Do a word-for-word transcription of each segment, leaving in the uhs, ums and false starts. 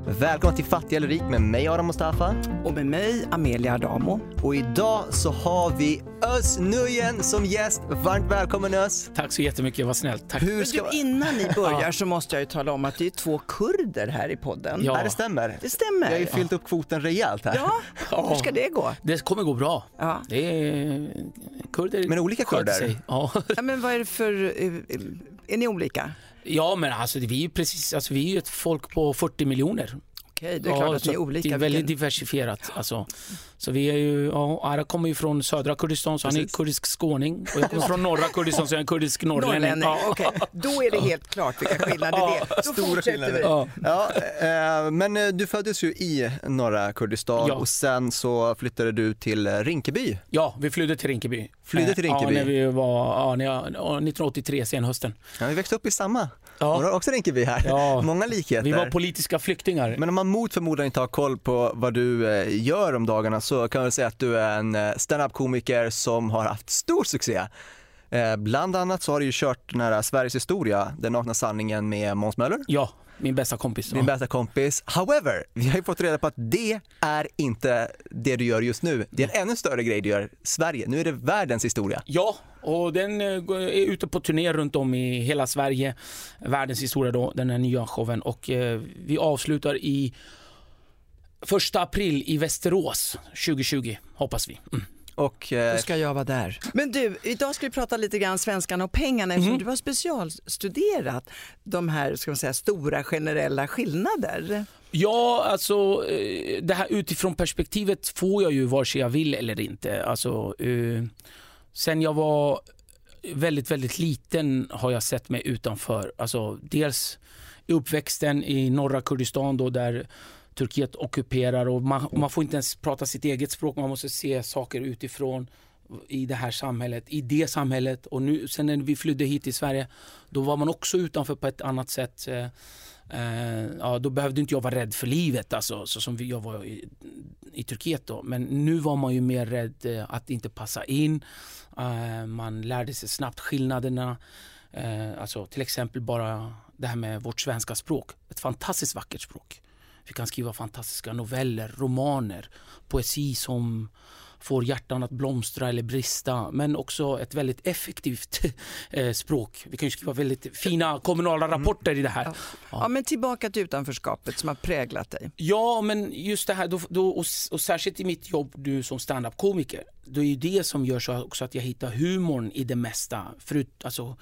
Välkommen till Fattig eller rik med mig Adam Mustafa. Och med mig Amelia Adamo. Och idag så har vi Özz Nujen som gäst. Varmt välkommen Özz. Tack så jättemycket, vad snällt. Tack. Hur ska... du, innan ni börjar så måste jag ju tala om att det är två kurder här i podden. Ja, ja det stämmer. Det stämmer. Jag har ju fyllt upp kvoten rejält här. Ja, hur ska det gå? Det kommer gå bra. Ja. Det är kurder. Men olika kurder? Ja. Ja, men vad är det för... Är ni olika? Ja, men alltså vi är ju precis, alltså vi är ju ett folk på fyrtio miljoner. Okej, det är klart ja, att ni är olika. Det är väldigt vilken... diversifierat. Alltså. Så vi är ju, ja, Ara kommer ju från södra Kurdistan, så precis. Han är kurdisk skåning. Och jag kommer från norra Kurdistan, så jag är en kurdisk norrlänning. Ja. Okej, då är det helt klart vilka skillnader det är. Då Stora skillnader. Ja. Ja, eh, men du föddes ju i norra Kurdistan ja. och sen så flyttade du till Rinkeby. Ja, vi flydde till Rinkeby. Flydde till Rinkeby? Ja, när vi var ja, när jag, nittonhundraåttiotre, sen hösten. Ja, vi växte upp i samma. Ja. Och har också Rinkeby här. Ja. Många likheter. Vi var politiska flyktingar. Men om man mot förmodan inte har koll på vad du eh, gör om dagarna så kan jag säga att du är en eh, stand-up-komiker som har haft stor succé. Eh, bland annat så har du ju kört den här Sveriges historia, den nakna sanningen med Måns Möller. Ja, min bästa kompis. Din ja. bästa kompis. However, vi har ju fått reda på att det är inte det du gör just nu. Det är en ännu större grej du gör, Sverige. Nu är det världens historia. Ja, och den är ute på turné runt om i hela Sverige. Världens historia då, den här nya showen. Och eh, vi avslutar i första april i Västerås tjugohundratjugo, hoppas vi. Mm. Och, eh... Då ska jag vara där. Men du, idag ska vi prata lite grann svenskarna och pengarna eftersom Mm. du har specialstuderat de här, ska man säga, stora generella skillnader. Ja, alltså det här utifrån perspektivet får jag ju vare sig jag vill eller inte. Alltså, eh, sen jag var väldigt, väldigt liten har jag sett mig utanför. Alltså dels i uppväxten i norra Kurdistan då, där Turkiet ockuperar och man, man får inte ens prata sitt eget språk, man måste se saker utifrån i det här samhället, i det samhället. Och nu, sen när vi flydde hit till Sverige, då var man också utanför på ett annat sätt. Eh, eh, ja, då behövde inte jag vara rädd för livet, alltså, så som jag var i, i Turkiet då. Men nu var man ju mer rädd eh, att inte passa in. Eh, man lärde sig snabbt skillnaderna. Eh, alltså till exempel bara det här med vårt svenska språk. Ett fantastiskt vackert språk. Vi kan skriva fantastiska noveller, romaner, poesi som får hjärtan att blomstra eller brista, men också ett väldigt effektivt eh, språk. Vi kan ju skriva väldigt fina kommunala rapporter i det här. Ja, ja. ja men tillbaka till utanförskapet som har präglat dig. Ja, men just det här, då, då, och, och särskilt i mitt jobb du som stand-up-komiker, då är ju det som gör så också att jag hittar humorn i det mesta. Förut, alltså,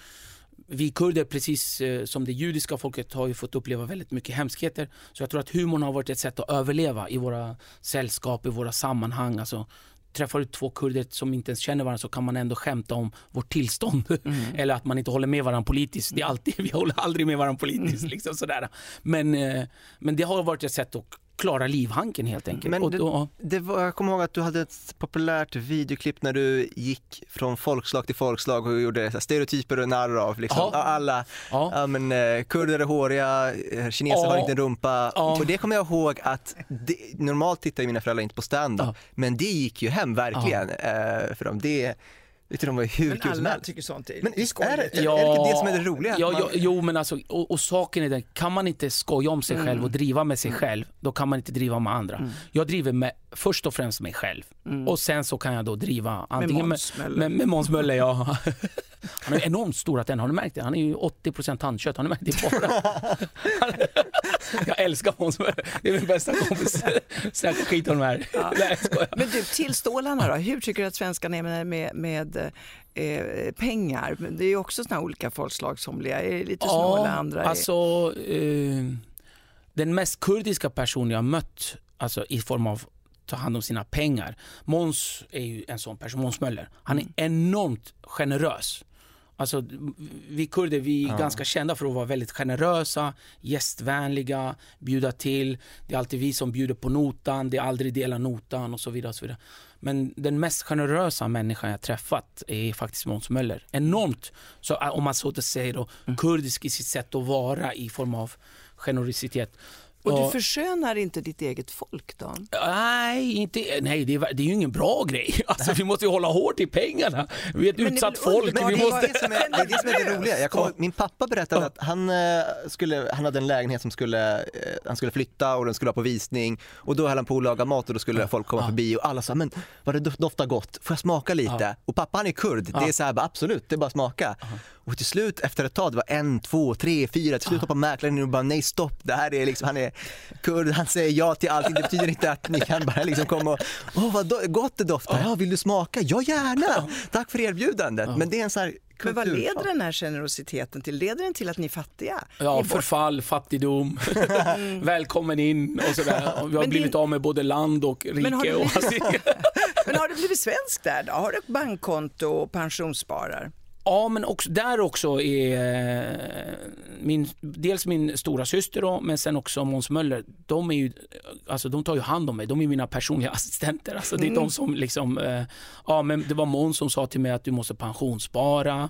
vi kurder, precis eh, som det judiska folket, har ju fått uppleva väldigt mycket hemskheter. Så jag tror att humorn har varit ett sätt att överleva i våra sällskap, i våra sammanhang. Alltså, träffar du två kurder som inte ens känner varandra så kan man ändå skämta om vårt tillstånd. Mm. Eller att man inte håller med varandra politiskt. Det är alltid, vi håller aldrig med varandra politiskt. Mm. Liksom sådär. Men, eh, men det har varit ett sätt att klara livhanken helt enkelt. Men och det, då, det var, jag kommer ihåg att du hade ett populärt videoklipp när du gick från folkslag till folkslag och gjorde så här, stereotyper och narr av liksom. Ja. Alla ja. ja, men, eh, kurder är håriga, kineser ja. har inte en rumpa. Ja. Och det kommer jag ihåg att det, normalt tittar mina föräldrar inte på stand-up, ja. men det gick ju hem verkligen ja. eh, för dem. Det Vet du, de var hur men kul som alla helst. tycker sånt är Men visst är det, är, ja, är det inte det som är det roliga? Ja, man... ja, jo, men alltså, och, och saken är den, kan man inte skoja om sig Mm. själv och driva med sig Mm. själv, då kan man inte driva med andra. Mm. Jag driver med, först och främst mig själv. Mm. Och sen så kan jag då driva antingen med Måns Möller. Med, med Måns Möller, ja. Han är enormt stor att den, har ni märkt det? Han är ju åttio procent tandkött, har ni märkt det bara? Jag älskar Måns Möller. Det är min bästa kompis. Snacka skit om de här. Ja. Nej, men du, till stålarna då? Hur tycker du att svenskarna är med, med, med eh, pengar? Det är ju också såna olika folkslag, somliga är lite snåla, ja, andra är... alltså eh, den mest kurdiska personen jag mött, alltså i form av ta hand om sina pengar. Måns är ju en sån person, Måns Möller. Han är enormt generös. Alltså, vi kurder, vi är ja. ganska kända för att vara väldigt generösa, gästvänliga, bjuda till. Det är alltid vi som bjuder på notan, det är aldrig dela notan och så vidare och så vidare. Men den mest generösa människan jag träffat är faktiskt Måns Möller. Enormt, så om man så att säga då, kurdisk i sitt sätt att vara i form av generositet. Och Ja. du förskönar inte ditt eget folk då? Nej, inte, nej det, är, det är ju ingen bra grej. Alltså, vi måste ju hålla hårt i pengarna. Vi är ett Men det är utsatt väl folk. underbart. Vi Det är måste... det som är det, är det, som är det roliga. Jag kom, min pappa berättade att han, eh, skulle, han hade en lägenhet som skulle, eh, han skulle flytta och den skulle vara på visning. Och då höll han på att laga mat och då skulle folk komma förbi och alla sa, men vad det doftar gott, får jag smaka lite? Och pappa han är kurd, det är så här, absolut, det är bara att smaka. Och till slut efter ett tag, det var en, två, tre, fyra, till slut hoppar mäklaren in och bara nej stopp, det här är liksom, han är kurd, han säger ja till allting, det betyder inte att ni kan bara liksom komma och, åh vad do- gott det doftar, ja vill du smaka? Ja gärna, tack för erbjudandet. Men det är en sån här kultur. Men vad leder den här generositeten till? Leder den till att ni är fattiga? Ja, Ni är bort- förfall, fattigdom, välkommen in och sådär. Och vi har Men blivit det- av med både land och rike. Men har du och blivit- Men har du blivit svensk där då? Har du bankkonto och pensionssparar? Ja, men också, där också är eh, min, dels min stora syster då, men sen också Måns Möller. De är ju, alltså de tar ju hand om mig. De är mina personliga assistenter. Alltså det är de som liksom, eh, ja men det var Måns som sa till mig att du måste pensionsspara.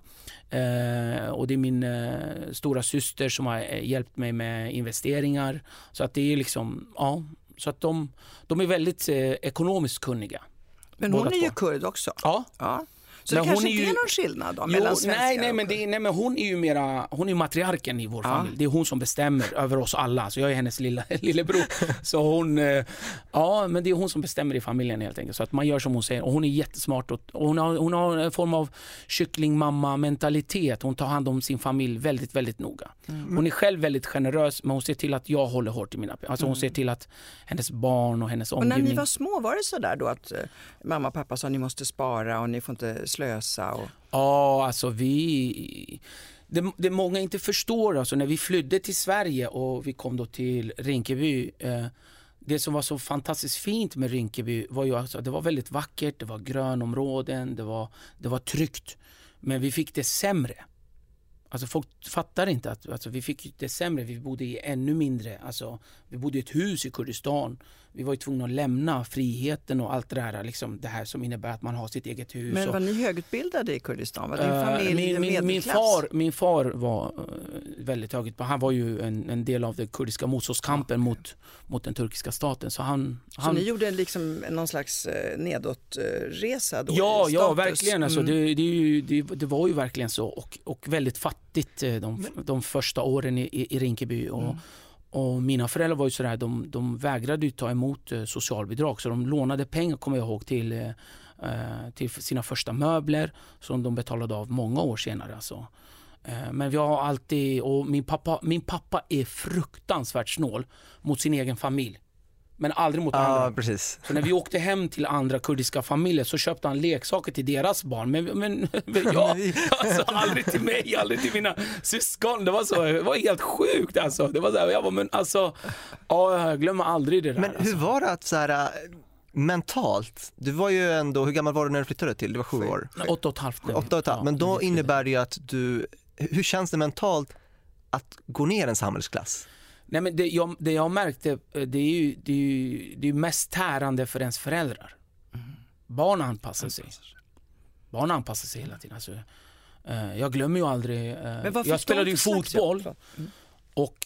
Eh, och det är min eh, stora syster som har eh, hjälpt mig med investeringar. Så att det är liksom, ja, så att de, de är väldigt eh, ekonomiskt kunniga. Men hon Båda är ju två. kurd också. Ja. Ja. Så Men det kanske hon är inte ju- är någon skillnad då, Jo, mellan svenskar nej, nej, och men, kurd? det, nej, men hon är ju mera, hon är ju matriarken i vår Ja. familj. Det är hon som bestämmer över oss alla. Så jag är hennes lilla, lillebror. Så hon, eh, ja, men det är hon som bestämmer i familjen helt enkelt. Så att man gör som hon säger. Och hon är jättesmart. Och, och hon, har, hon har en form av kycklingmamma-mentalitet. Hon tar hand om sin familj väldigt, väldigt noga. Hon är själv väldigt generös, men hon ser till att jag håller hårt i mina pengar. Alltså hon ser till att hennes barn och hennes Och när omgivning... ni var små, var det så där då att eh, mamma och pappa sa ni måste spara och ni får inte slösa? Och... Ja, alltså vi... Det, det många inte förstår, alltså när vi flydde till Sverige och vi kom då till Rinkeby, eh, det som var så fantastiskt fint med Rinkeby var ju alltså, det var väldigt vackert, det var grönområden, det var, det var tryggt, men vi fick det sämre. Alltså folk fattar inte att alltså, vi fick det sämre, vi bodde i ännu mindre, alltså, vi bodde i ett hus i Kurdistan, vi var ju tvungna att lämna friheten och allt det där, liksom, det här som innebär att man har sitt eget hus. Men och, var ni högutbildade i Kurdistan? Var din Eh, familj min, min, min, medelklass? far, min far var uh, väldigt högt. Han var ju en, en del av den kurdiska motståndskampen mot, mot den turkiska staten. Så, han, Så han, ni gjorde en liksom, någon slags eh, nedåtresa då? ja, i ja, status? verkligen. Alltså, Mm. det, det, är ju, det, det var ju verkligen så. Och, och väldigt fattigt eh, de, de första åren i, i, i Rinkeby. Och, Mm. och mina föräldrar var ju sådär, de, de vägrade ju ta emot eh, socialbidrag. Så de lånade pengar, kommer jag ihåg, till, eh, till sina första möbler som de betalade av många år senare. Alltså. Eh, men vi har alltid, och min pappa, min pappa är fruktansvärt snål mot sin egen familj. Men aldrig mot andra. Ja, precis. Så när vi åkte hem till andra kurdiska familjer så köpte han leksaker till deras barn. Men, men, men ja, alltså, aldrig till mig, aldrig till mina syskon. Det var, så, det var helt sjukt alltså. Det var så här, jag bara, men alltså, ja, jag glömmer aldrig det där. Men hur alltså. var det att så här, äh, mentalt, du var ju ändå, hur gammal var du när du flyttade till? Det var sju år. Åtta och ett halvt. nu. Åtta och ett halvt. Ja, Men då det- innebär det ju att du, hur känns det mentalt att gå ner en samhällsklass? Nej, men det jag, det jag märkte, det är ju, det är ju det är mest tärande för ens föräldrar. Barn anpassar sig. Barn anpassar sig hela tiden. Alltså, eh, jag glömmer ju aldrig. Eh, Men vad fick jag spelade de ju för slags fotboll. jobb? Mm. Och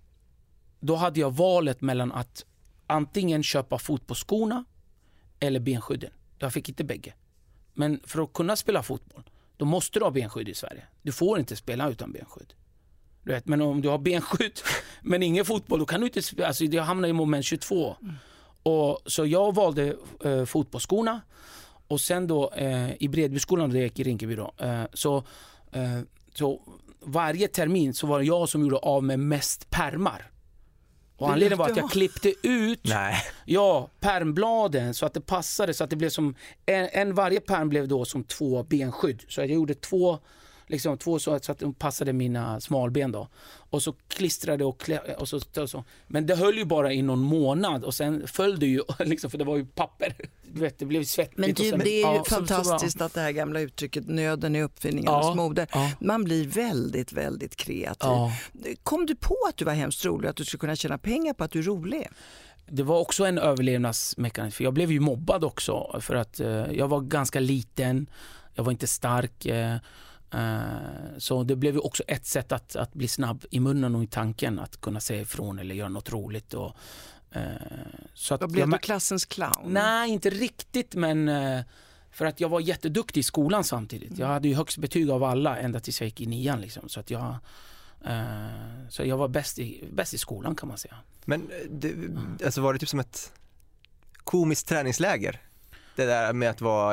då hade jag valet mellan att antingen köpa fotbollsskorna eller benskydden. Jag fick inte bägge. Men för att kunna spela fotboll, då måste du ha benskydd i Sverige. Du får inte spela utan benskydd. Du vet, men om du har benskydd men ingen fotboll, då kan du inte spela. Alltså, jag hamnar i moment tjugotvå. Mm. Och, så jag valde eh, fotbollsskorna. Och sen då eh, i Bredbyskolan, där jag gick i Rinkeby då, eh, så, eh, så varje termin så var det jag som gjorde av med mest pärmar. Och Det anledningen var lyfte att jag av. klippte ut Nej. ja, pärmbladen så att det passade, så att det blev som en, en varje pärm blev då som två benskydd. Så jag gjorde två liksom två så att, så att de passade mina smalben då. Och så klistrade och, klä, och så, och så. Men det höll ju bara i någon månad och sen föll det ju liksom, för det var ju papper. Du vet, det blev svettigt. Men och du, sen, det är ju ja, så- fantastiskt så, att det här gamla uttrycket nöden är uppfinningarnas Ja, moder. ja. Man blir väldigt, väldigt kreativ. Ja. Kom du på att du var hemskt rolig, att du skulle kunna tjäna pengar på att du är rolig? Det var också en överlevnadsmekanism. För jag blev ju mobbad också för att eh, jag var ganska liten. Jag var inte stark. Eh, Uh, så det blev ju också ett sätt att, att bli snabb i munnen och i tanken, att kunna säga ifrån eller göra något roligt. Och, uh, så att Då blev jag, du klassens clown? Nej, inte riktigt, men uh, för att jag var jätteduktig i skolan samtidigt. Jag hade ju högst betyg av alla ända tills jag gick i nian. Liksom. Så att jag, uh, så jag var bäst i, bäst i skolan, kan man säga. Men det, alltså var det typ som ett komiskt träningsläger? Det där med att vara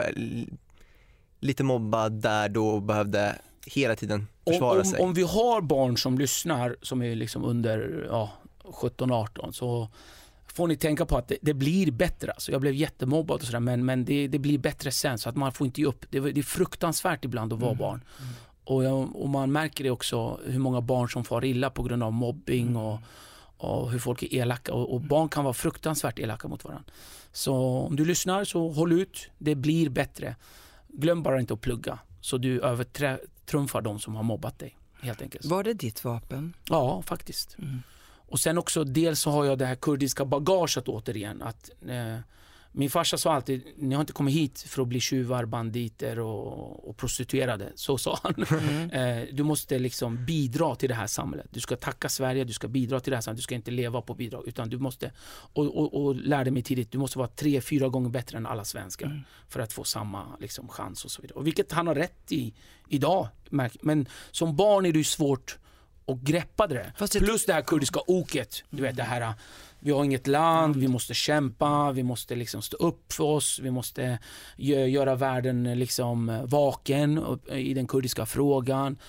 lite mobbad där då och behövde hela tiden försvara om, sig. Om vi har barn som lyssnar som är liksom under ja, sjutton arton, så får ni tänka på att det, det blir bättre. Alltså, jag blev jättemobbad och sådär, men, men det, det blir bättre sen, så att man får inte ge upp. Det, det är fruktansvärt ibland att vara mm. barn. Mm. Och, jag, och man märker det också, hur många barn som far illa på grund av mobbing mm. och, och hur folk är elaka. Och, och barn kan vara fruktansvärt elaka mot varandra. Så om du lyssnar, så håll ut. Det blir bättre. Glöm bara inte att plugga, så du övertrumfar de som har mobbat dig, helt enkelt. Var det ditt vapen? Ja, faktiskt. Mm. Och sen också, dels så har jag det här kurdiska bagaget återigen. Att, eh, min farsa sa alltid, ni har inte kommit hit för att bli tjuvar, banditer och, och prostituerade. Så sa han. Mm. eh, du måste liksom bidra till det här samhället. Du ska tacka Sverige, du ska bidra till det här samhället. Du ska inte leva på bidrag, utan du måste, och, och, och lärde mig tidigt, du måste vara tre, fyra gånger bättre än alla svenskar mm. för att få samma liksom, chans och så vidare. Och vilket han har rätt i idag. Men som barn är det ju svårt och greppade det. det. Plus det här kurdiska oket. Du vet det här, vi har inget land, vi måste kämpa, vi måste liksom stå upp för oss, vi måste göra världen liksom vaken i den kurdiska frågan.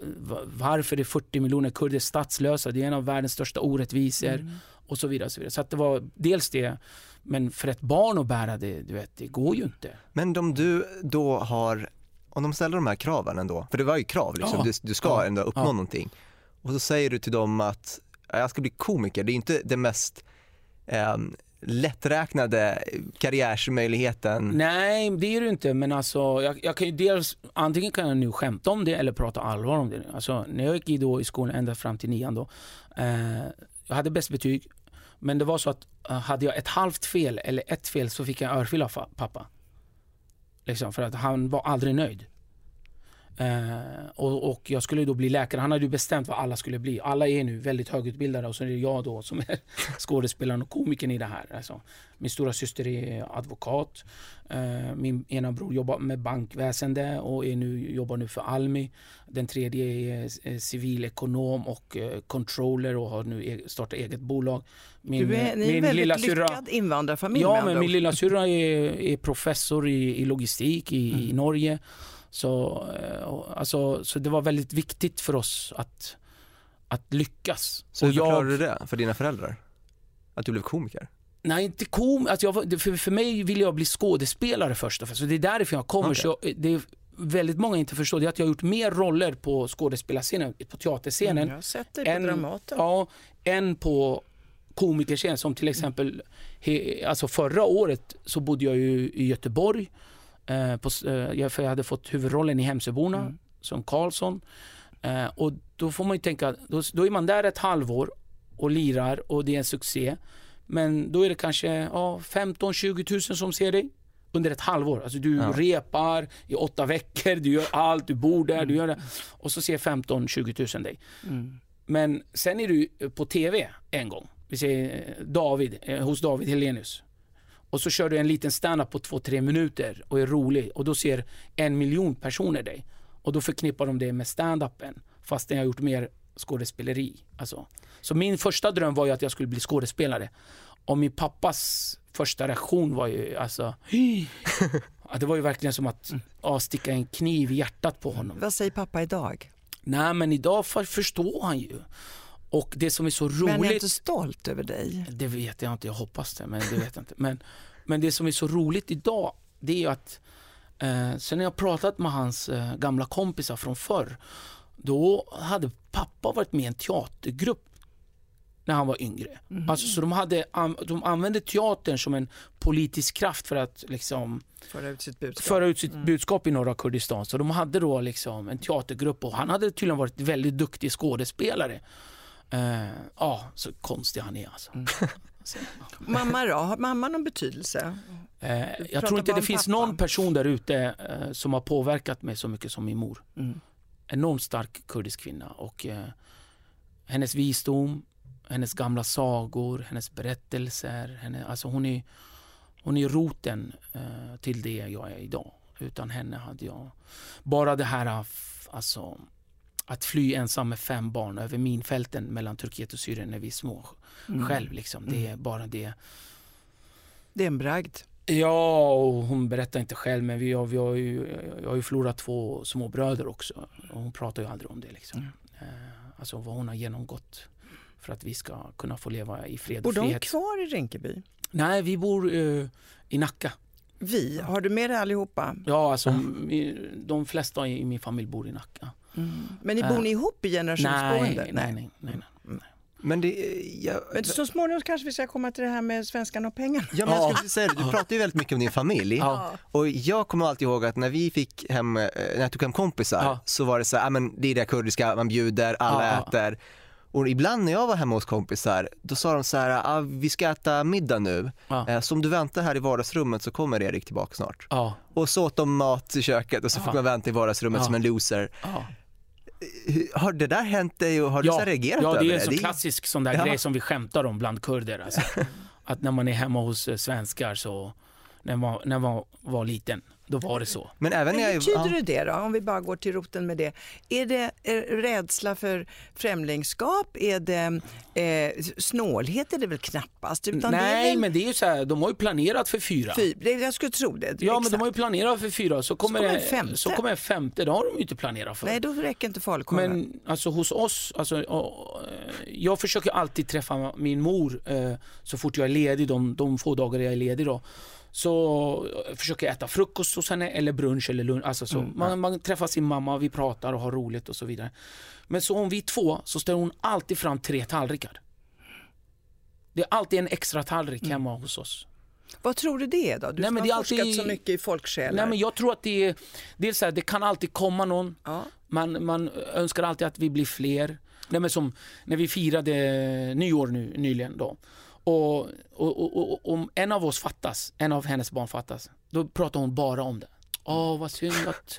Varför är fyrtio miljoner kurder statslösa? Det är en av världens största orättvisor mm. och så vidare. Och så vidare. Så att det var dels det, men för ett barn att bära det, du vet, det går ju inte. Men om du då har, om de ställer de här kraven ändå, för det var ju krav liksom, ja. du, du ska ja. ändå uppnå ja. någonting. Och så säger du till dem att jag ska bli komiker. Det är inte det mest eh, lätträknade karriärsmöjligheten. Nej, det är det inte. Men alltså, jag, jag kan ju dels, antingen kan jag nu skämta om det eller prata allvar om det. Alltså, när jag gick i, då, i skolan ända fram till nian då. Eh, jag hade bäst betyg. Men det var så att uh, hade jag ett halvt fel eller ett fel, så fick jag örfil av pappa. Liksom, för att han var aldrig nöjd. Uh, och, och jag skulle då bli läkare. Han hade ju bestämt vad alla skulle bli. Alla är nu väldigt högutbildade, och så är det jag då som är skådespelaren och komikern i det här. Alltså, min stora syster är advokat. Uh, min ena bror jobbar med bankväsende och är nu, jobbar nu för Almi. Den tredje är, är civilekonom och uh, controller och har nu e- startat eget bolag. Min, du är, ni är min en väldigt lilla lyckad syrra, invandrarfamilj. Ja, men min lilla syrra är, är professor i, i logistik i, mm. i Norge. Så, alltså, så det var väldigt viktigt för oss att, att lyckas. Så hur förklarar jag, du det för dina föräldrar? Att du blev komiker? Nej, inte kom, alltså jag, för, för mig ville jag bli skådespelare först och främst. Så det är därifrån jag kommer. Okay. Så jag, det är väldigt många inte förstår det, att jag har gjort mer roller på skådespelarscenen, på teaterscenen. Mm, jag har sett det på än, Dramaten. Ja, än på komikerscenen. Som till exempel, he, alltså förra året så bodde jag ju i Göteborg. Uh, på, uh, för jag hade fått huvudrollen i Hemsöborna mm. som Karlsson. Uh, och då får man ju tänka, då, då är man där ett halvår och lirar och det är en succé. Men då är det kanske ja, femton till tjugo tusen som ser dig under ett halvår. Alltså du ja. repar i åtta veckor, du gör allt, du bor där, mm. du gör det. Och så ser femton till tjugo tusen dig. Mm. Men sen är du på tv en gång. Vi ser David, hos David Helenius. Och så kör du en liten stand-up på två, tre minuter och är rolig. Och då ser en miljon personer dig. Och då förknippar de det med stand-upen. Fast jag har gjort mer skådespeleri. Alltså. Så min första dröm var ju att jag skulle bli skådespelare. Och min pappas första reaktion var ju alltså... ja, det var ju verkligen som att ja, sticka en kniv i hjärtat på honom. Vad säger pappa idag? Nej, men idag förstår han ju. Och det som är så roligt... Men är inte stolt över dig? Det vet jag inte, jag hoppas det, men det vet jag inte. Men, men det som är så roligt idag, det är ju att eh, sen när jag pratat med hans eh, gamla kompisar från förr, då hade pappa varit med i en teatergrupp när han var yngre. Mm. Alltså, så de, hade, de använde teatern som en politisk kraft för att liksom föra ut sitt budskap, föra ut sitt mm. budskap i norra Kurdistan. Så de hade då liksom en teatergrupp, och han hade tydligen varit väldigt duktig skådespelare. Uh, ja, så konstig han är alltså. Mm. så, ja. Mamma då? Har mamma någon betydelse? Uh, jag tror inte det finns pappa. någon person där ute uh, som har påverkat mig så mycket som min mor. Mm. enormt stark kurdisk kvinna. Och eh, hennes visdom, hennes gamla sagor, hennes berättelser. Henne, alltså hon är, hon är roten eh, till det jag är idag. Utan henne hade jag bara det här, alltså, att fly ensam med fem barn över minfälten mellan Turkiet och Syrien när vi är små. Mm. Själv liksom, det är bara det. Det är en bragd. Ja, och hon berättar inte själv, men vi har, vi har ju, jag har ju förlorat två små bröder också. Och hon pratar ju aldrig om det liksom. Mm. Alltså vad hon har genomgått för att vi ska kunna få leva i fred och frihet. Bor de kvar i Rinkeby? Nej, vi bor uh, i Nacka. Vi? Har du med dig allihopa? Ja, alltså mm. de flesta i min familj bor i Nacka. Mm. Men ni bor uh, ni ihop i generationsboende? Nej, nej, nej. nej, nej. Mm. Men, det, jag, men så småningom kanske vi ska komma till det här med svenskan och pengarna. Ja, men jag ska säga det, du pratar ju väldigt mycket om din familj. Ja. Och jag kommer alltid ihåg att när vi fick hem, när jag tog hem kompisar, ja. så var det så här, men det är det kurdiska, man bjuder, alla ja. äter. Och ibland när jag var hemma hos kompisar, då sa de så här, ah, vi ska äta middag nu. Ja. Eh, så om du väntar här i vardagsrummet så kommer Erik tillbaka snart. Ja. Och så åt de mat i köket och så ja. fick man vänta i vardagsrummet ja. som en loser. Ja. Har det där hänt dig och har ja, du så reagerat ja, över det? Ja, det är en så klassisk sån där ja. grej som vi skämtar om bland kurder. Alltså. Att när man är hemma hos svenskar så, när man, när man var liten, då var det så. Men även Men hur betyder ja. det då, om vi bara går till roten med det? Är det är rädsla för främlingskap? Är det eh, snålhet? Är det väl knappast? Utan Nej, det är väl... men det är ju så här, de har ju planerat för fyra. Fy, det, jag skulle tro det. Ja, exakt. Men de har ju planerat för fyra. Så kommer, så kommer, en, femte. Så kommer en femte. Det har de ju inte planerat för. Nej, då räcker inte falukorven. Men alltså hos oss, alltså, jag försöker alltid träffa min mor eh, så fort jag är ledig, de, de få dagar jag är ledig då. Så försöker jag äta frukost hos henne eller brunch eller lunch. Alltså så. Mm. Man, man träffar sin mamma, vi pratar och har roligt och så vidare. Men så om vi är två så ställer hon alltid fram tre tallrikar. Det är alltid en extra tallrik hemma mm. hos oss. Vad tror du det är då? Du Nej, men har det forskat alltid... så mycket i folksjälar. Nej, men jag tror att det är, det är så här, det kan alltid komma någon. Ja. Man, man önskar alltid att vi blir fler. Nej, men som när vi firade nyår nu, nyligen då. Och, och, och, och om en av oss fattas, en av hennes barn fattas, då pratar hon bara om det. Åh, vad synd att,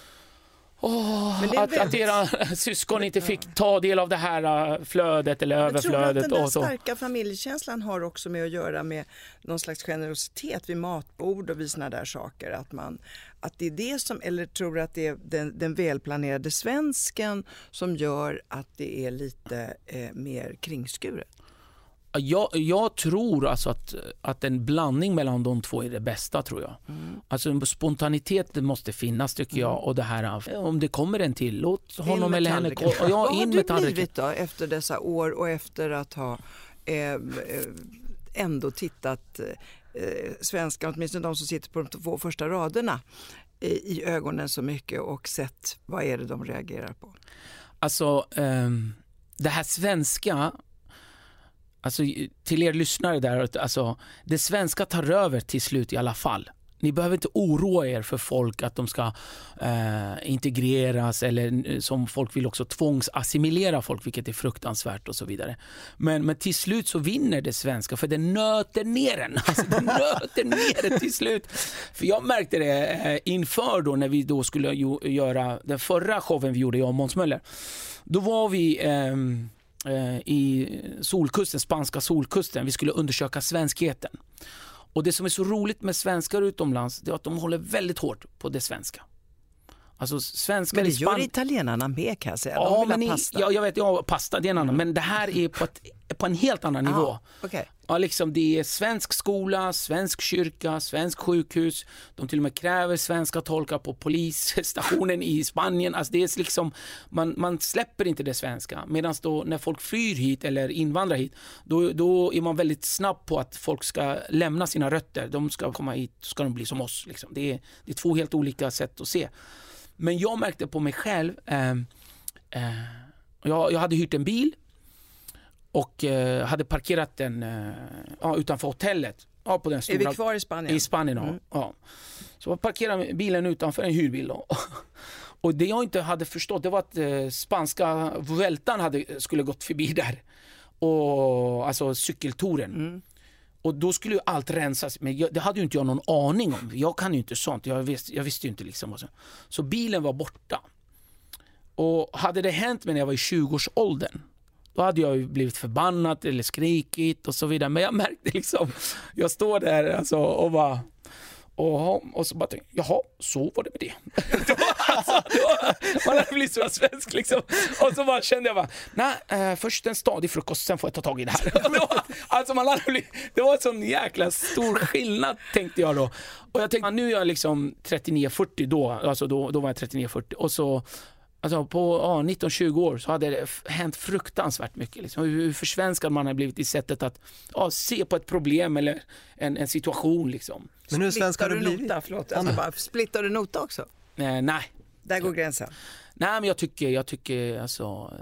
åh, att, väldigt... att era syskon inte fick ta del av det här flödet eller överflödet. Jag tror att den där och så. starka familjekänslan har också med att göra med någon slags generositet vid matbord och vid såna där saker. Att, man, att det är det som, eller tror att det är den, den välplanerade svensken som gör att det är lite eh, mer kringskuret. Jag, jag tror alltså att, att en blandning mellan de två är det bästa, tror jag. Mm. Alltså en spontanitet måste finnas, tycker jag. Mm. Och det här, om det kommer en till, låt honom eller henne. Och jag, Vad har in du med blivit då efter dessa år och efter att ha eh, ändå tittat eh, svenskar, åtminstone de som sitter på de två första raderna, i, i ögonen så mycket och sett vad är det de reagerar på? Alltså, eh, det här svenska... Alltså till er lyssnare där, alltså det svenska tar över till slut i alla fall. Ni behöver inte oroa er för folk att de ska eh, integreras eller som folk vill också tvångsassimilera folk, vilket är fruktansvärt och så vidare. Men, men till slut så vinner det svenska, för det nöter ner den. Alltså det nöter ner det till slut. För jag märkte det eh, inför då när vi då skulle ju, göra den förra showen vi gjorde, jag och Måns Möller. Då var vi... Eh, i solkusten, spanska solkusten. Vi skulle undersöka svenskheten. Och det som är så roligt med svenskar utomlands, det är att de håller väldigt hårt på det svenska. Alltså svenskar men det i Span... gör italienarna med, kan jag säga. De ja, vill men ha pasta. I, ja, jag vet, ja, pasta det är en annan. Men det här är på, ett, på en helt annan nivå. Ah, okay. Ja, liksom det är svensk skola, svensk kyrka, svensk sjukhus. De till och med kräver svenska tolkar på polisstationen i Spanien. Alltså det är liksom, man, man släpper inte det svenska. Medan då när folk flyr hit eller invandrar hit, då, då är man väldigt snabb på att folk ska lämna sina rötter. De ska komma hit, ska de bli som oss. Liksom. Det, är, det är två helt olika sätt att se. Men jag märkte på mig själv, eh, eh, jag, jag hade hyrt en bil och eh, hade parkerat den eh, ja, utanför hotellet. Ja, på den stora, är vi kvar i Spanien? I Spanien, mm. ja. Så jag parkerade bilen utanför en hyrbil då. Och det jag inte hade förstått, det var att eh, spanska Vueltan hade, skulle gått förbi där. Och, alltså cykeltouren. Mm. Och då skulle ju allt rensas, men jag, det hade ju inte jag någon aning om. Jag kan ju inte sånt, jag visste, jag visste ju inte liksom. Så bilen var borta. Och hade det hänt mig när jag var i tjugoårsåldern, då hade jag ju blivit förbannad eller skrikit och så vidare. Men jag märkte liksom, jag står där alltså, och bara... Och, och så bara tänkte jag, jaha, så var det med det. då, alltså, då, man hade blivit så svensk liksom. Och så bara kände jag bara, nej, eh, först en stadig frukost, sen får jag ta tag i det här. alltså man hade blivit, det var en sån jäkla stor skillnad, tänkte jag då. Och jag tänkte, nu är jag liksom trettionio fyrtio då, alltså då, då var jag trettionio fyrtio. Och så, alltså på ja, nitton tjugo år så hade det hänt fruktansvärt mycket. Liksom. Hur försvenskad man har blivit i sättet att ja, se på ett problem eller en, en situation. Liksom. Men hur svensk har du blivit? Nota, förlåt. Alltså bara, splittar du nota också? Eh, nej. Där går gränsen. Nej, men jag tycker, jag tycker alltså,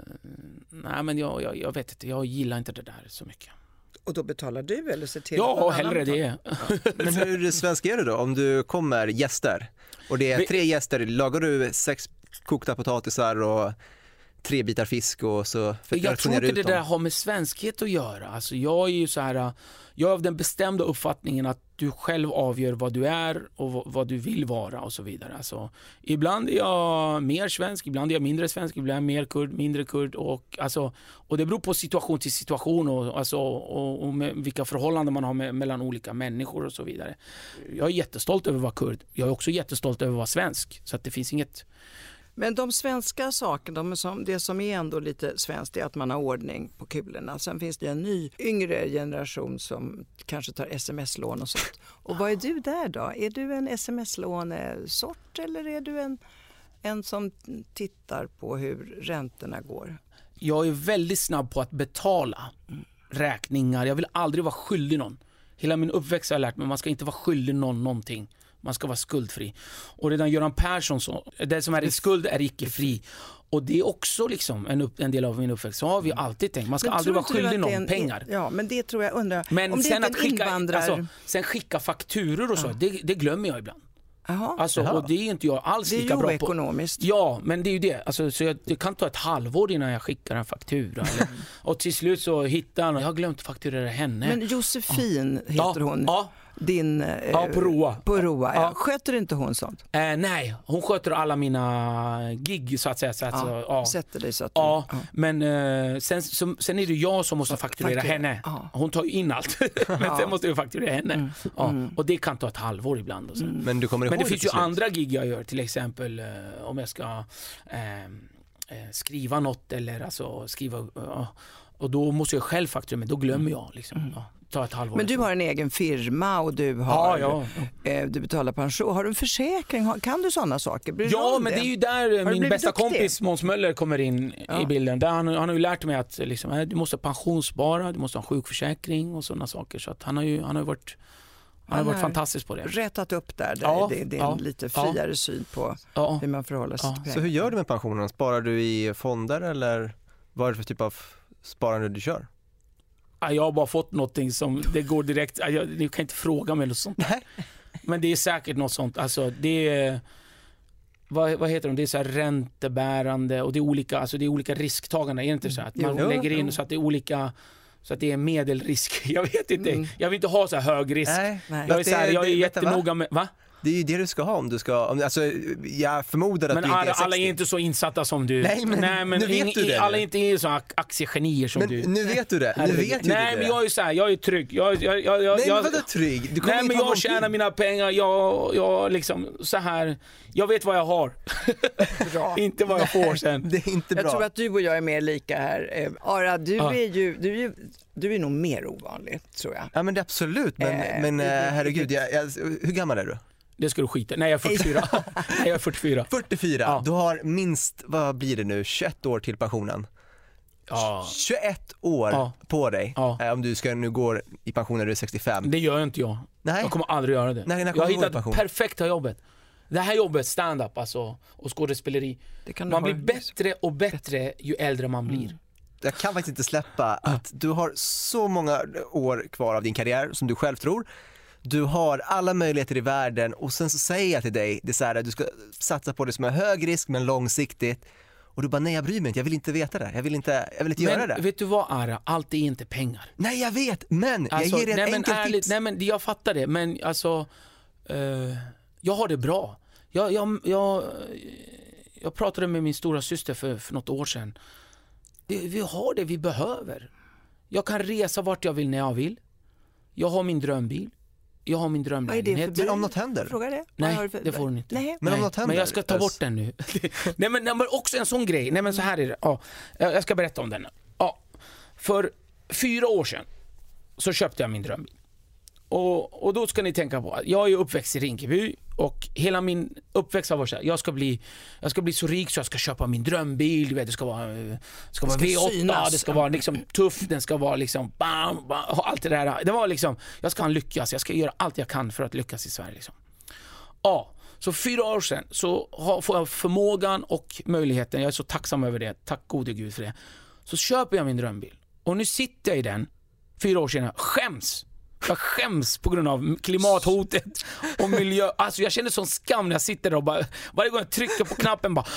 nej men jag, jag, jag vet inte, jag gillar inte det där så mycket. Och då betalar du eller ser till? Ja, hellre det. Men hur svensk är du då? Om du kommer gäster och det är tre gäster, lagar du sex kokta potatisar och tre bitar fisk och så jag tror inte det där har med svenskhet att göra. Alltså jag är ju så här, jag är av den bestämda uppfattningen att du själv avgör vad du är och vad du vill vara och så vidare. Alltså, ibland är jag mer svensk, ibland är jag mindre svensk, ibland är jag mer kurd, mindre kurd och, alltså, och det beror på situation till situation och, alltså, och, och med vilka förhållanden man har med, mellan olika människor och så vidare. Jag är jättestolt över att vara kurd. Jag är också jättestolt över att vara svensk. Så att det finns inget... Men de svenska sakerna, de som, det som är ändå lite svenskt är att man har ordning på kulorna. Sen finns det en ny yngre generation som kanske tar sms-lån och sånt. Och vad är du där då? Är du en sms-lånesort eller är du en, en som tittar på hur räntorna går? Jag är väldigt snabb på att betala räkningar. Jag vill aldrig vara skyldig någon. Hela min uppväxt har jag lärt mig att man ska inte vara skyldig någon någonting. Man ska vara skuldfri. Och redan Göran Persson så, det som är i skuld är icke fri. Och det är också liksom en, upp, en del av min uppväxt. Så har vi alltid tänkt. Man ska aldrig vara skyldig någon en, pengar. Ja, men det tror jag undrar. Men om sen det att skicka, invandrar... alltså, sen skicka fakturor och så, ja. det, det glömmer jag ibland. Aha, alltså, och det är inte jag alls lika bra på. Det är ju ekonomiskt. Ja, men det är ju det. Alltså, så jag, det kan ta ett halvår innan jag skickar en faktura. Eller, och till slut så hittar han, jag har glömt fakturera henne. Men Josefin ja. heter hon. Ja. Din, ja, på Roa. På Roa, ja. Ja. Sköter inte hon sånt? Eh, nej, hon sköter alla mina gig så att säga. Så att, ja, så, ja. Sätter dig så att ja, du, ja. Men eh, sen, som, sen är det jag som måste fakturera, fakturera. henne. Ja. Hon tar ju in allt. men ja. sen måste jag fakturera henne. Mm. Ja. Mm. Och det kan ta ett halvår ibland. Och så. Mm. Men, du kommer ihåg men det finns ju slut. andra gig jag gör. Till exempel eh, om jag ska eh, skriva något eller alltså, skriva... Uh, och då måste jag själv fakturera, men då glömmer jag. Liksom. Mm. Ja. Ett halvår. Men du har en egen firma och du har ja, ja. Eh, du betalar pension. Har du en försäkring? Kan du sådana saker? Bryr ja, men det? det är ju där har min bästa duktig? kompis Måns Möller kommer in ja. i bilden. Där han, han har ju lärt mig att liksom, du måste pensionsspara, du måste ha en sjukförsäkring och sådana saker. Så att han har ju han har varit han, han har varit fantastisk på det. Rättat upp där. där ja, det, det är ja, en lite friare ja. syn på ja. hur man förhåller sig ja. till pengar. Så hur gör du med pensionen? Sparar du i fonder eller vad är det för typ av sparande du kör? Jag har bara fått någonting som det går direkt. Jag, ni kan inte fråga mig något sånt. Nej. Men det är säkert något sånt. Alltså det är vad, vad heter de? Det är så här räntebärande och det är olika, alltså det är olika risktagande. Är det inte så att man jo, lägger in jo. så att det är olika, så att det är medelrisk. Jag vet inte. Mm. Jag vill inte ha så här hög risk. Nej, nej. Jag är så här, jag är jättenoga med va? Det är ju det du ska ha om du ska, om, alltså jag förmodar att men du inte är sextio. Alla är inte så insatta som du. Nej, men, Nej, men nu vet in, du det. Alla är inte så aktiegenier som men, du. Nu vet du det. Nu vet Nej, du men det. jag är så här, jag är trygg. Jag jag jag jag Nej, jag, men vadå trygg? Du nej, men jag tjänar mina pengar. Jag jag liksom så här. Jag vet vad jag har. Bra. Inte vad jag får sen. Det är inte bra. Jag tror att du och jag är mer lika här. Ara, du ja. är ju du är ju du är nog mer ovanlig, tror jag. Ja, men det är absolut. Men, Eh, men det- det- herregud, jag, jag, hur gammal är du? Det ska du skita. Nej, jag är fyrtiofyra. Nej, jag är fyrtiofyra. fyrtiofyra. Ja. Du har minst, vad blir det nu, tjugoett år till pensionen. Ja. tjugoett år Ja. på dig. Ja. Eh, Om du ska nu gå i pension när du är sextiofem. Det gör inte jag. Nej. Jag kommer aldrig göra det. Nej, när jag kommer har du gå i hittat pension? perfekta jobbet. Det här jobbet, stand-up alltså, och skådespeleri. Det kan du Man ha- blir bättre och bättre ju äldre man blir. Jag kan faktiskt inte släppa att du har så många år kvar av din karriär som du själv tror. Du har alla möjligheter i världen och sen så säger jag till dig, det är så här, att du ska satsa på det som är hög risk men långsiktigt. Och du bara, nej jag bryr mig inte, jag vill inte veta det. Jag vill inte, jag vill inte göra det. Men vet du vad, Ara? Allt är inte pengar. Nej jag vet, men Alltså, jag ger dig nej, ett men enkelt ärligt, tips. nej men jag fattar det, men alltså eh, jag har det bra. Jag, jag, jag, jag pratade med min stora syster för, för något år sedan. Det, vi har det vi behöver. Jag kan resa vart jag vill när jag vill. Jag har min drömbil. Jag har min drömlägenhet. Men om något händer? Fråga det. Nej, har du för... det får hon inte. Nej. Men om något händer? Men jag ska ta bort den nu. nej, men, nej, men också en sån grej. Nej, men så här är det. Ja, jag ska berätta om den. Ja, för fyra år sedan så köpte jag min drömbil. Och, och då ska ni tänka på att jag är ju uppväxt i Rinkeby och hela min uppväxt har varit så här, jag ska bli jag ska bli så rik så jag ska köpa min drömbil, du vet, det ska vara ska vara V åtta, synas. Det ska vara liksom tuff, den ska vara liksom bam, bam, allt det där. Det var liksom, jag ska lyckas, jag ska göra allt jag kan för att lyckas i Sverige liksom. Ja, så fyra år sedan så har, får jag förmågan och möjligheten, jag är så tacksam över det, tack gode Gud för det. Så köper jag min drömbil och nu sitter jag i den fyra år sedan, skäms. Jag skäms på grund av klimathotet och miljö. Alltså jag känner sån skam när jag sitter där och bara, varje gång jag trycker på knappen bara,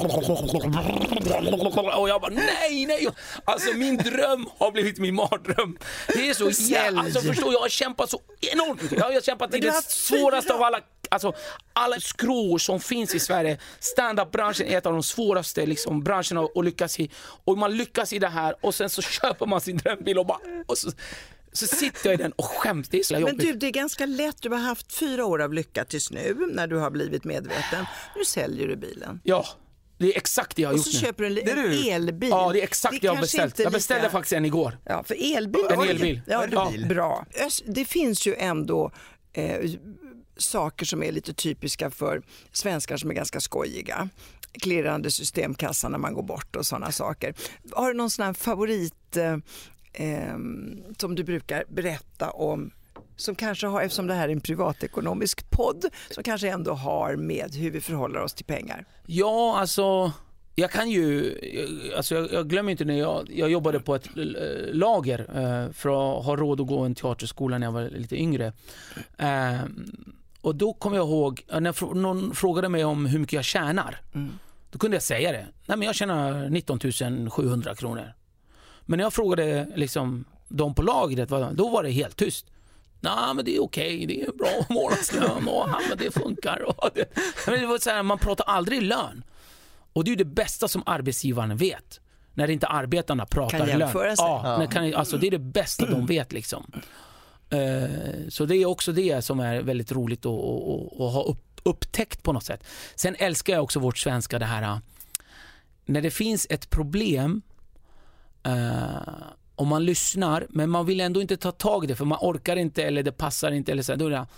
och jag bara nej, nej. Alltså min dröm har blivit min mardröm. Det är så jävla, alltså förstår jag har kämpat så enormt mycket. Jag har kämpat i det svåraste av alla, alltså alla skrår som finns i Sverige. Stand-up-branschen är ett av de svåraste liksom branscherna att lyckas i. Och man lyckas i det här och sen så köper man sin drömbil och bara, och så så sitter jag i den och skäms. Det är så jobbigt. Men du, det är ganska lätt. Du har haft fyra år av lycka tills nu när du har blivit medveten. Nu säljer du bilen. Ja, det är exakt det jag har och gjort nu. Och så köper du en, en elbil. Ja, det är exakt det, det jag har beställt. Jag beställde lika... faktiskt en igår. Ja, för elbil. En elbil. Ja, ja, bra. Det finns ju ändå eh, saker som är lite typiska för svenskar som är ganska skojiga. Klirrande systemkassa när man går bort och sådana saker. Har du någon sån här favorit... Eh, Eh, som du brukar berätta om, som kanske har, eftersom det här är en privatekonomisk podd, som kanske ändå har med hur vi förhåller oss till pengar? Ja, alltså jag kan ju, alltså jag, jag glömmer inte när jag, jag jobbade på ett lager eh, för att ha råd att gå en teaterskola när jag var lite yngre. Eh, och då kom jag ihåg, när någon frågade mig om hur mycket jag tjänar, mm. då kunde jag säga det. Nej, men jag tjänar nitton tusen sjuhundra kronor. Men när jag frågade liksom de på lagret, då var det helt tyst. Nej, men det är okej, det är bra månadslön och ja, men det funkar. Och det. Men det var så här, man pratar aldrig lön. Och det är ju det bästa som arbetsgivaren vet. När inte arbetarna pratar kan lön. Jämföra sig. Ja, ja. När kan, alltså det är det bästa de vet liksom. Uh, så det är också det som är väldigt roligt att, att, att ha upp, upptäckt på något sätt. Sen älskar jag också vårt svenska, det här när det finns ett problem. Uh, om man lyssnar, men man vill ändå inte ta tag i det för man orkar inte eller det passar inte eller så här, då är det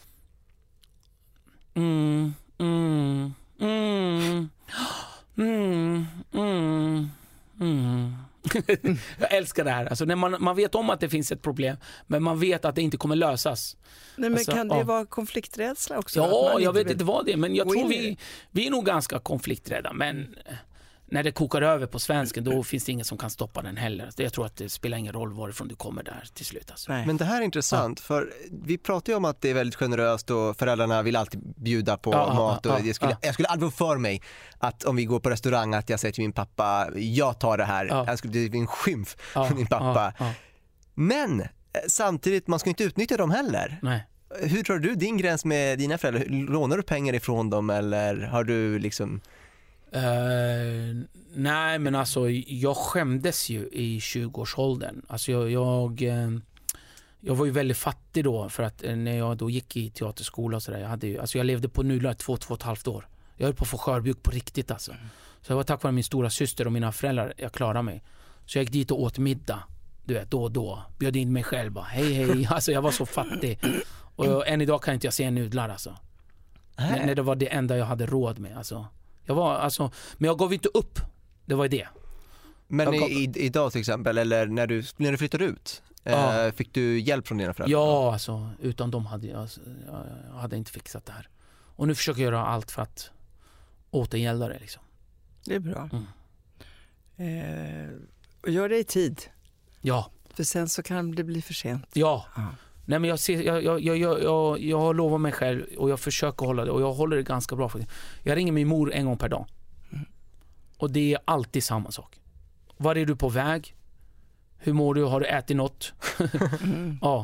mm, mm, mm, mm, mm, mm. Jag älskar det här, alltså när man, man vet om att det finns ett problem men man vet att det inte kommer lösas. Nej, men alltså, kan det ja. vara konflikträdsla också? Ja, jag vet inte vad det är, men jag tror vi, vi är nog ganska konflikträdda, men när det kokar över på svensken, då finns det ingen som kan stoppa den heller. Jag tror att det spelar ingen roll varifrån du kommer där till slut. Alltså. Men det här är intressant, ja. För vi pratar ju om att det är väldigt generöst och föräldrarna vill alltid bjuda på ja, mat. Och ja, jag, skulle, ja. jag skulle aldrig få för mig att om vi går på restaurang att jag säger till min pappa, jag tar det här. Ja. Jag skulle bli en skymf ja, från min pappa. Ja, ja. Men samtidigt, man ska inte utnyttja dem heller. Nej. Hur tror du din gräns med dina föräldrar? Lånar du pengar ifrån dem eller har du liksom... Uh, nej, men alltså jag skämdes ju i tjugoårsåldern. Alltså jag, jag, jag var ju väldigt fattig då för att när jag då gick i teaterskola och sådär, jag hade ju, alltså jag levde på nudlar två, två och ett halvt år. Jag höll på att få skörbjugg på riktigt alltså. Så jag var tack vare min stora syster och mina föräldrar jag klarade mig. Så jag gick dit och åt middag, du vet, då och då. Bjöd in mig själv bara, hej hej. Alltså jag var så fattig. Och jag, än idag kan inte jag se nudlar alltså. När, när det var det enda jag hade råd med alltså. Jag var, alltså, men jag gav inte upp. Det var det. Men gav... i, idag till exempel, eller när du, när du flyttade ut, ja. eh, fick du hjälp från dina föräldrar? Ja, alltså, utan dem hade jag, jag hade inte fixat det här. Och nu försöker jag göra allt för att återgälda det. Liksom. Det är bra. Mm. Eh, och gör det i tid. Ja. För sen så kan det bli för sent. Ja. ja. Nej, men jag, ser, jag, jag, jag, jag, jag har lovat mig själv och jag försöker hålla det och jag håller det ganska bra. För jag ringer min mor en gång per dag. Mm. Och det är alltid samma sak. Var är du på väg? Hur mår du? Har du ätit något? mm. Ja.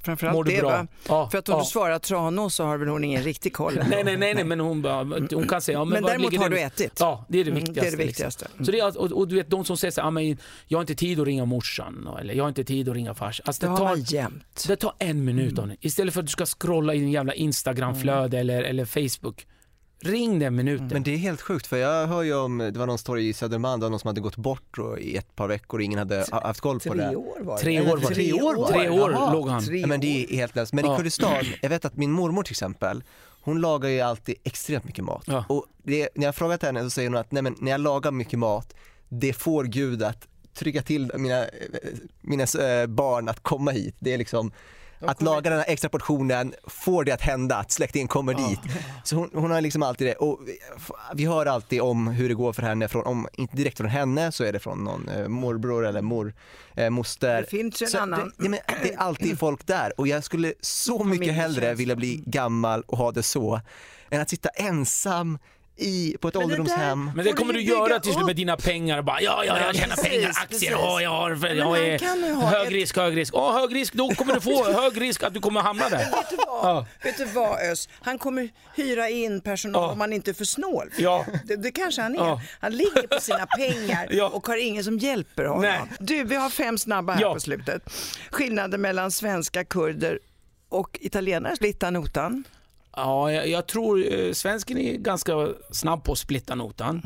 Framförallt Mår du det, bra? va? Ja, För att om ja. du svarar Tranås så har väl hon ingen riktig koll. Nej, nej, nej, nej, men hon, bara, hon kan säga... Ja, men Men vad däremot ligger har det- du ätit. Ja, det är det Mm, viktigaste. det är det viktigaste. Liksom. Så det är, och, och du vet, de som säger så här, ja, men jag har inte tid att ringa morsan, eller jag har inte tid att ringa fars. Alltså, Det det, har tar, man jämt. det tar en minut av det. Istället för att du ska scrolla i en jävla Instagram-flöde eller, eller Facebook. Ring den minuten. Men det är helt sjukt, för jag hör ju om, det var någon story i Södermalm, det var någon som hade gått bort och i ett par veckor och ingen hade haft koll på det. Tre år var det. Tre år var det. Tre år var det? Tre år Jaha. låg han. Tre Ja, men det är helt löst. Men Ja. i Kurdistan, jag vet att min mormor till exempel, hon lagar ju alltid extremt mycket mat. Ja. Och det, när jag frågat henne så säger hon att nej, men när jag lagar mycket mat, det får Gud att trycka till mina, mina äh, barn att komma hit. Det är liksom att kommer- laga den här extra portionen får det att hända, att släkten kommer dit. Så hon, hon har liksom alltid det. Och vi, vi hör alltid om hur det går för henne, från, om inte direkt från henne så är det från någon eh, morbror eller mor, eh, moster. Det finns en Så annan. Det, ja, men det är alltid folk där och jag skulle så mycket hellre vilja bli gammal och ha det så än att sitta ensam i, på ett Men det ålderdomshem. Men det får kommer du du bygga göra till slut upp. med dina pengar. Bara, ja, ja, jag tjänar precis, pengar, aktier, precis. ja, jag har, Men jag han är kan ju ha hög ett- risk, hög risk. Åh, hög risk, då kommer du få hög risk att du kommer hamna där. Vet du vad, Ja. Vet du vad Ös? Han kommer hyra in personal Ja. om han inte är för snål. Ja. Det, det kanske han är. Ja. Han ligger på sina pengar Ja. och har ingen som hjälper honom. Nej. Du, vi har fem snabba här Ja. på slutet. Skillnaden mellan svenska, kurder och italienare. Splitta notan. Ja, jag, jag tror eh, svensken är ganska snabb på att splitta notan.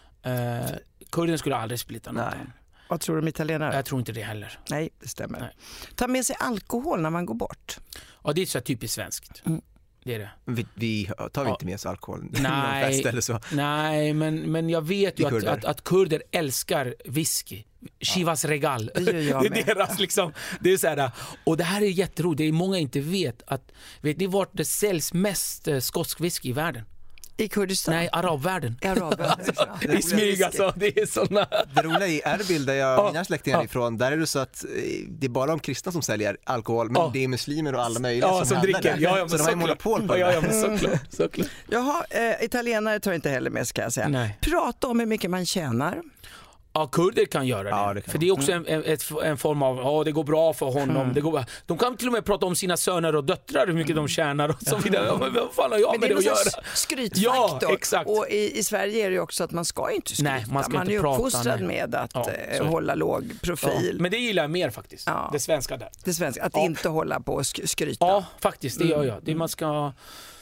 Eh, kurden skulle aldrig splitta notan. Nej. Vad tror du om italienare? Jag tror inte det heller. Nej, det stämmer. Nej. Ta med sig alkohol när man går bort. Ja, det är så här typiskt svenskt. Mm. Det är det. Vi, vi tar vi Ja. inte med oss alkohol Nej. någon fest eller så. Nej, men, men jag vet ju Vi att, kurder. att, att kurder älskar whisky. Chivas Regal. Det gör jag det är med. deras liksom. Det är så här, och det här är jätteroligt. Det är många inte vet att, vet ni vart det säljs mest eh, skotsk whisky i världen? I Kurdistan? Nej, arabvärlden. I arabvärlden. Ja. I smyg alltså. Det är såna. Det roliga i Erbil där jag, Ja. mina släktingar är Ja. ifrån, där är det så att eh, det är bara de kristna som säljer alkohol, men Ja. det är muslimer och alla möjliga Ja, som, som handlar dricker. där. Ja, ja, så men de har ju såklart. monopol på Ja, det. ja, men såklart. såklart. Jaha, eh, italienare tar inte heller med ska jag säga. Nej. Prata om hur mycket man tjänar. Ja, kurder kan göra det. Ja, det kan för det är också en, en, ett, en form av, ja det går bra för honom. Mm. Det går, de kan till och med prata om sina söner och döttrar, hur mycket de tjänar och så vidare. Ja, men vad fan har jag Men med det är det att någon göra? slags skrytfaktor. Ja, exakt. Och i, i Sverige är det ju också att man ska inte skryta. Nej, man ska inte är ju prata, uppfostrad nej. med att Ja, eh, så- hålla låg profil. Ja, men det gillar jag mer faktiskt, Ja. det svenska där. Det svenska, att Ja. inte hålla på och sk- skryta. Ja, faktiskt, det Mm. gör jag. Det, man, ska,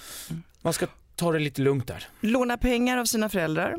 man ska ta det lite lugnt där. Låna pengar av sina föräldrar.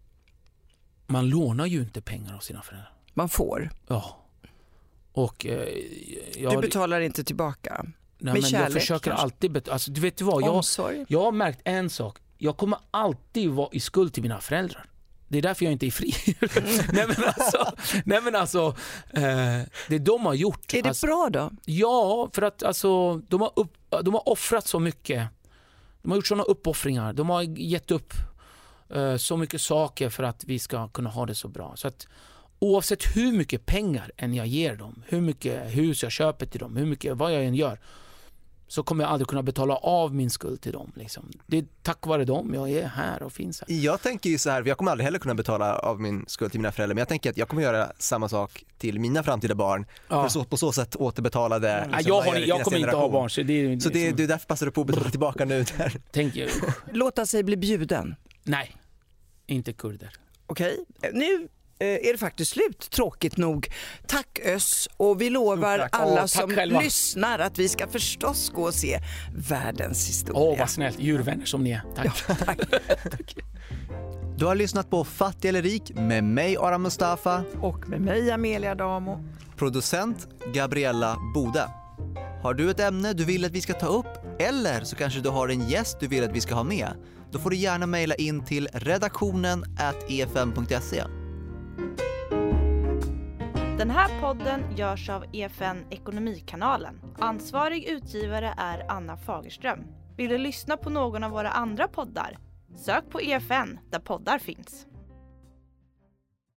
Man lånar ju inte pengar av sina föräldrar. Man får. Ja. Och eh, jag, Du betalar inte tillbaka. nej, med men jag kärlek, försöker kanske. alltid betala. Alltså, du vet du vad, jag, Omsorg. jag har märkt en sak. Jag kommer alltid vara i skuld till mina föräldrar. Det är därför jag inte är fri. nej men alltså, nej, men alltså eh, det de har gjort. Är det alltså, bra då? Ja, för att alltså, de, har upp, de har offrat så mycket. De har gjort sådana uppoffringar. De har gett upp eh, så mycket saker för att vi ska kunna ha det så bra. Så att oavsett hur mycket pengar än jag ger dem, hur mycket hus jag köper till dem, hur mycket, vad jag än gör, så kommer jag aldrig kunna betala av min skuld till dem. Liksom. Det är tack vare dem jag är här och finns här. Jag tänker ju så här, jag kommer aldrig heller kunna betala av min skuld till mina föräldrar, men jag tänker att jag kommer göra samma sak till mina framtida barn, Ja. för så, på så sätt återbetala det. Nej, liksom, jag, vad har, gör det jag till kommer nästa inte ha generation. barn, så det är Så det, liksom- det är därför passar du på att betala tillbaka nu där. tänker jag. Låta sig bli bjuden. Nej, inte kurder. Okej, nu eh, är det faktiskt slut, tråkigt nog. Tack Ös, och vi lovar Stort tack. alla Ja, tack som själva. lyssnar att vi ska förstås gå och se världens historia. Åh, vad snällt. Djurvänner som ni är. Tack. Ja, tack. Du har lyssnat på Fattig eller rik med mig Aram Mustafa, Och med mig Amelia Damo. producent Gabriella Bode. Har du ett ämne du vill att vi ska ta upp, eller så kanske du har en gäst du vill att vi ska ha med, då får du gärna mejla in till redaktionen at e f m punkt se. Den här podden görs av E F N Ekonomikanalen. Ansvarig utgivare är Anna Fagerström. Vill du lyssna på någon av våra andra poddar? Sök på E F N där poddar finns.